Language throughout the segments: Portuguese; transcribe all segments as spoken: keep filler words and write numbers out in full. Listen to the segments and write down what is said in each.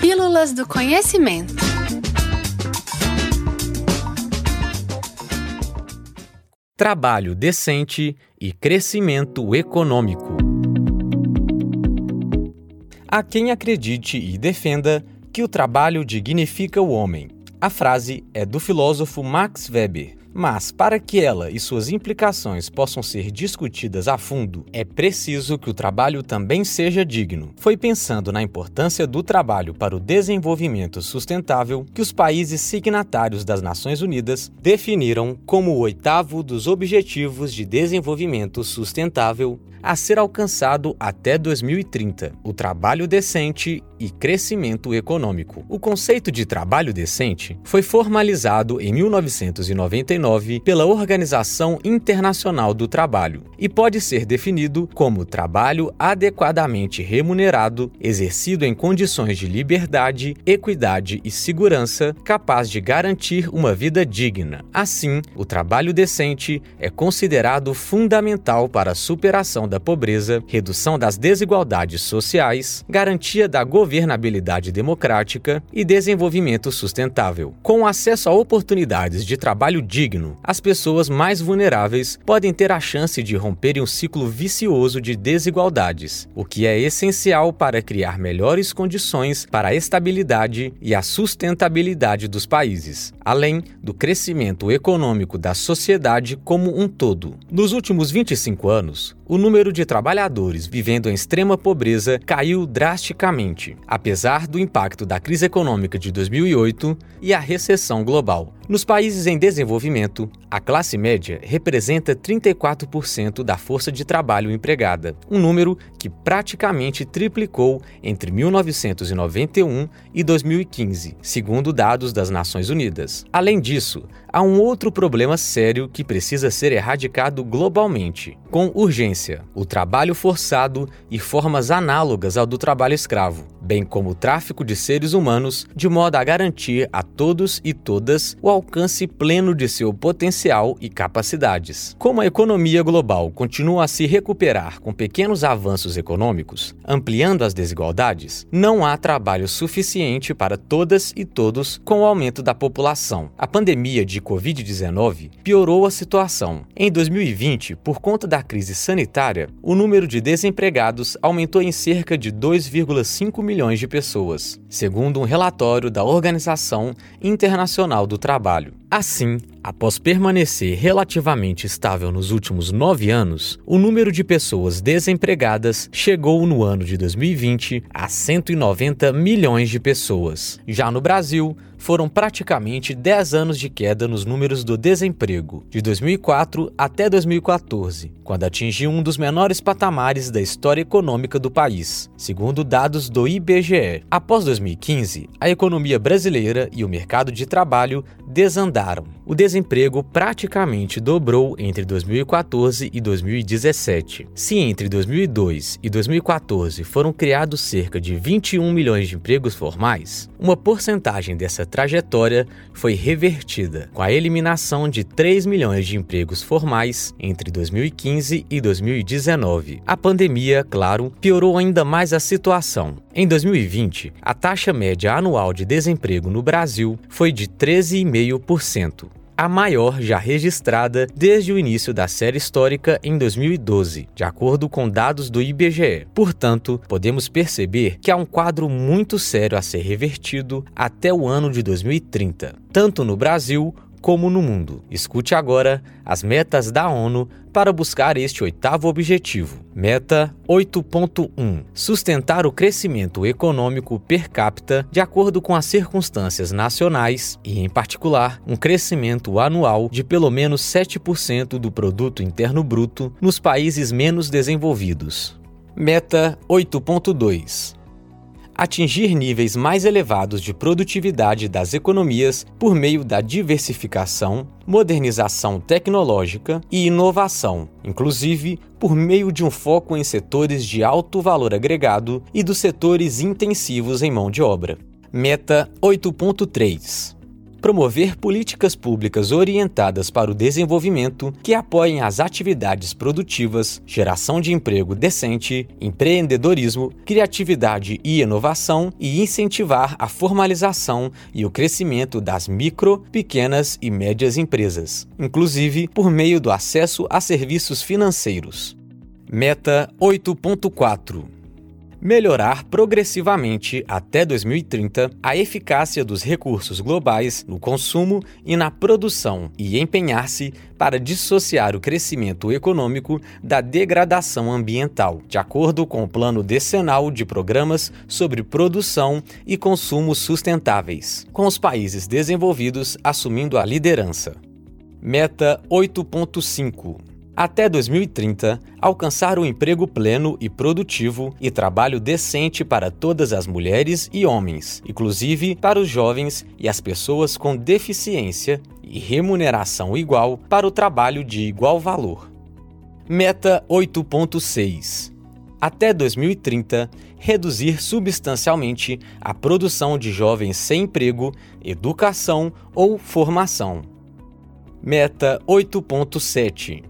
Pílulas do Conhecimento. Trabalho decente e crescimento econômico. Há quem acredite e defenda que o trabalho dignifica o homem. A frase é do filósofo Max Weber. Mas, para que ela e suas implicações possam ser discutidas a fundo, é preciso que o trabalho também seja digno. Foi pensando na importância do trabalho para o desenvolvimento sustentável que os países signatários das Nações Unidas definiram como o oitavo dos Objetivos de Desenvolvimento Sustentável a ser alcançado até dois mil e trinta, o trabalho decente e crescimento econômico. O conceito de trabalho decente foi formalizado em mil novecentos e noventa e nove pela Organização Internacional do Trabalho e pode ser definido como trabalho adequadamente remunerado, exercido em condições de liberdade, equidade e segurança, capaz de garantir uma vida digna. Assim, o trabalho decente é considerado fundamental para a superação da pobreza, redução das desigualdades sociais, garantia da governabilidade democrática e desenvolvimento sustentável. Com acesso a oportunidades de trabalho digno, as pessoas mais vulneráveis podem ter a chance de romperem um ciclo vicioso de desigualdades, o que é essencial para criar melhores condições para a estabilidade e a sustentabilidade dos países, além do crescimento econômico da sociedade como um todo. Nos últimos vinte e cinco anos, o número de trabalhadores vivendo em extrema pobreza caiu drasticamente, apesar do impacto da crise econômica de dois mil e oito e a recessão global. Nos países em desenvolvimento, a classe média representa trinta e quatro por cento da força de trabalho empregada, um número que praticamente triplicou entre mil novecentos e noventa e um e dois mil e quinze, segundo dados das Nações Unidas. Além disso, há um outro problema sério que precisa ser erradicado globalmente, com urgência: o trabalho forçado e formas análogas ao do trabalho escravo, bem como o tráfico de seres humanos, de modo a garantir a todos e todas o alcance pleno de seu potencial e capacidades. Como a economia global continua a se recuperar com pequenos avanços econômicos, ampliando as desigualdades, não há trabalho suficiente para todas e todos com o aumento da população. A pandemia de covid dezenove piorou a situação. Em dois mil e vinte, por conta da crise sanitária, o número de desempregados aumentou em cerca de dois vírgula cinco milhões de pessoas, segundo um relatório da Organização Internacional do Trabalho. Assim, após permanecer relativamente estável nos últimos nove anos, o número de pessoas desempregadas chegou no ano de dois mil e vinte a cento e noventa milhões de pessoas. Já no Brasil, foram praticamente dez anos de queda nos números do desemprego, de dois mil e quatro até dois mil e quatorze, quando atingiu um dos menores patamares da história econômica do país, segundo dados do I B G E. Após dois mil e quinze, a economia brasileira e o mercado de trabalho desandaram. O desemprego praticamente dobrou entre dois mil e quatorze e dois mil e dezessete. Se entre dois mil e dois e dois mil e quatorze foram criados cerca de vinte e um milhões de empregos formais, uma porcentagem dessa trajetória foi revertida, com a eliminação de três milhões de empregos formais entre dois mil e quinze e dois mil e dezenove. A pandemia, claro, piorou ainda mais a situação. Em dois mil e vinte, a taxa média anual de desemprego no Brasil foi de treze vírgula cinco por cento. A maior já registrada desde o início da série histórica em dois mil e doze, de acordo com dados do I B G E. Portanto, podemos perceber que há um quadro muito sério a ser revertido até o ano de dois mil e trinta, tanto no Brasil como no mundo. Escute agora as metas da ONU para buscar este oitavo objetivo. Meta oito ponto um. Sustentar o crescimento econômico per capita de acordo com as circunstâncias nacionais e, em particular, um crescimento anual de pelo menos sete por cento do produto interno bruto nos países menos desenvolvidos. Meta oito ponto dois. Atingir níveis mais elevados de produtividade das economias por meio da diversificação, modernização tecnológica e inovação, inclusive por meio de um foco em setores de alto valor agregado e dos setores intensivos em mão de obra. Meta oito ponto três. Promover políticas públicas orientadas para o desenvolvimento que apoiem as atividades produtivas, geração de emprego decente, empreendedorismo, criatividade e inovação e incentivar a formalização e o crescimento das micro, pequenas e médias empresas, inclusive por meio do acesso a serviços financeiros. Meta oito ponto quatro. Melhorar progressivamente, até dois mil e trinta, a eficácia dos recursos globais no consumo e na produção e empenhar-se para dissociar o crescimento econômico da degradação ambiental, de acordo com o Plano Decenal de Programas sobre Produção e Consumo Sustentáveis, com os países desenvolvidos assumindo a liderança. Meta oito ponto cinco. Até dois mil e trinta, alcançar o emprego pleno e produtivo e trabalho decente para todas as mulheres e homens, inclusive para os jovens e as pessoas com deficiência, e remuneração igual para o trabalho de igual valor. Meta oito ponto seis. Até dois mil e trinta, reduzir substancialmente a produção de jovens sem emprego, educação ou formação. Meta oito ponto sete.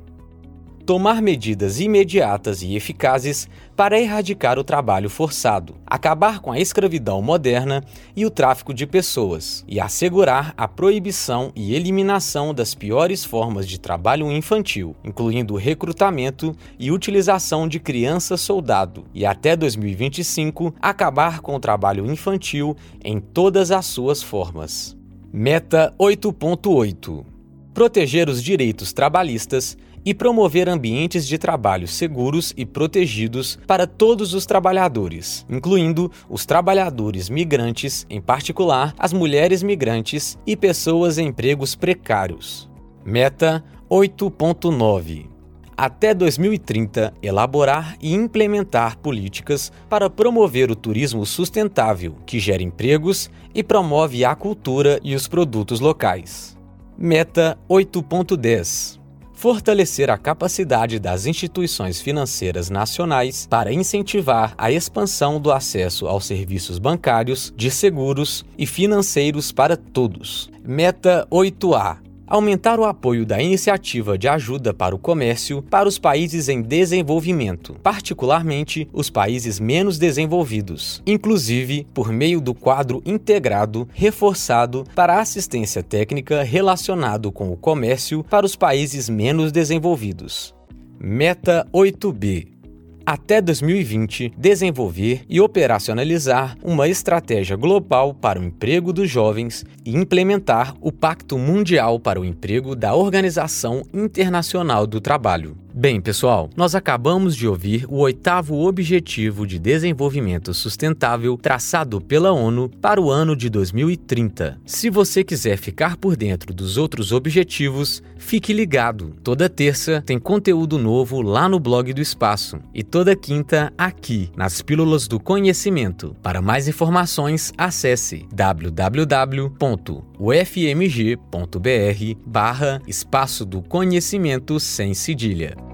Tomar medidas imediatas e eficazes para erradicar o trabalho forçado, acabar com a escravidão moderna e o tráfico de pessoas, e assegurar a proibição e eliminação das piores formas de trabalho infantil, incluindo o recrutamento e utilização de criança-soldado, e até dois mil e vinte e cinco, acabar com o trabalho infantil em todas as suas formas. Meta oito ponto oito. Proteger os direitos trabalhistas e promover ambientes de trabalho seguros e protegidos para todos os trabalhadores, incluindo os trabalhadores migrantes, em particular as mulheres migrantes e pessoas em empregos precários. Meta oito ponto nove. Até dois mil e trinta, elaborar e implementar políticas para promover o turismo sustentável, que gera empregos e promove a cultura e os produtos locais. Meta oito ponto dez. Fortalecer a capacidade das instituições financeiras nacionais para incentivar a expansão do acesso aos serviços bancários, de seguros e financeiros para todos. Meta oito A. Aumentar o apoio da Iniciativa de Ajuda para o Comércio para os países em desenvolvimento, particularmente os países menos desenvolvidos, inclusive por meio do quadro integrado reforçado para assistência técnica relacionado com o comércio para os países menos desenvolvidos. Meta oito B. Até dois mil e vinte, desenvolver e operacionalizar uma estratégia global para o emprego dos jovens e implementar o Pacto Mundial para o Emprego da Organização Internacional do Trabalho. Bem, pessoal, nós acabamos de ouvir o oitavo Objetivo de Desenvolvimento Sustentável traçado pela ONU para o ano de dois mil e trinta. Se você quiser ficar por dentro dos outros objetivos, fique ligado. Toda terça tem conteúdo novo lá no blog do Espaço e toda quinta aqui, nas Pílulas do Conhecimento. Para mais informações, acesse w w w ponto u f m g ponto b r barra Espaço do Conhecimento sem cedilha.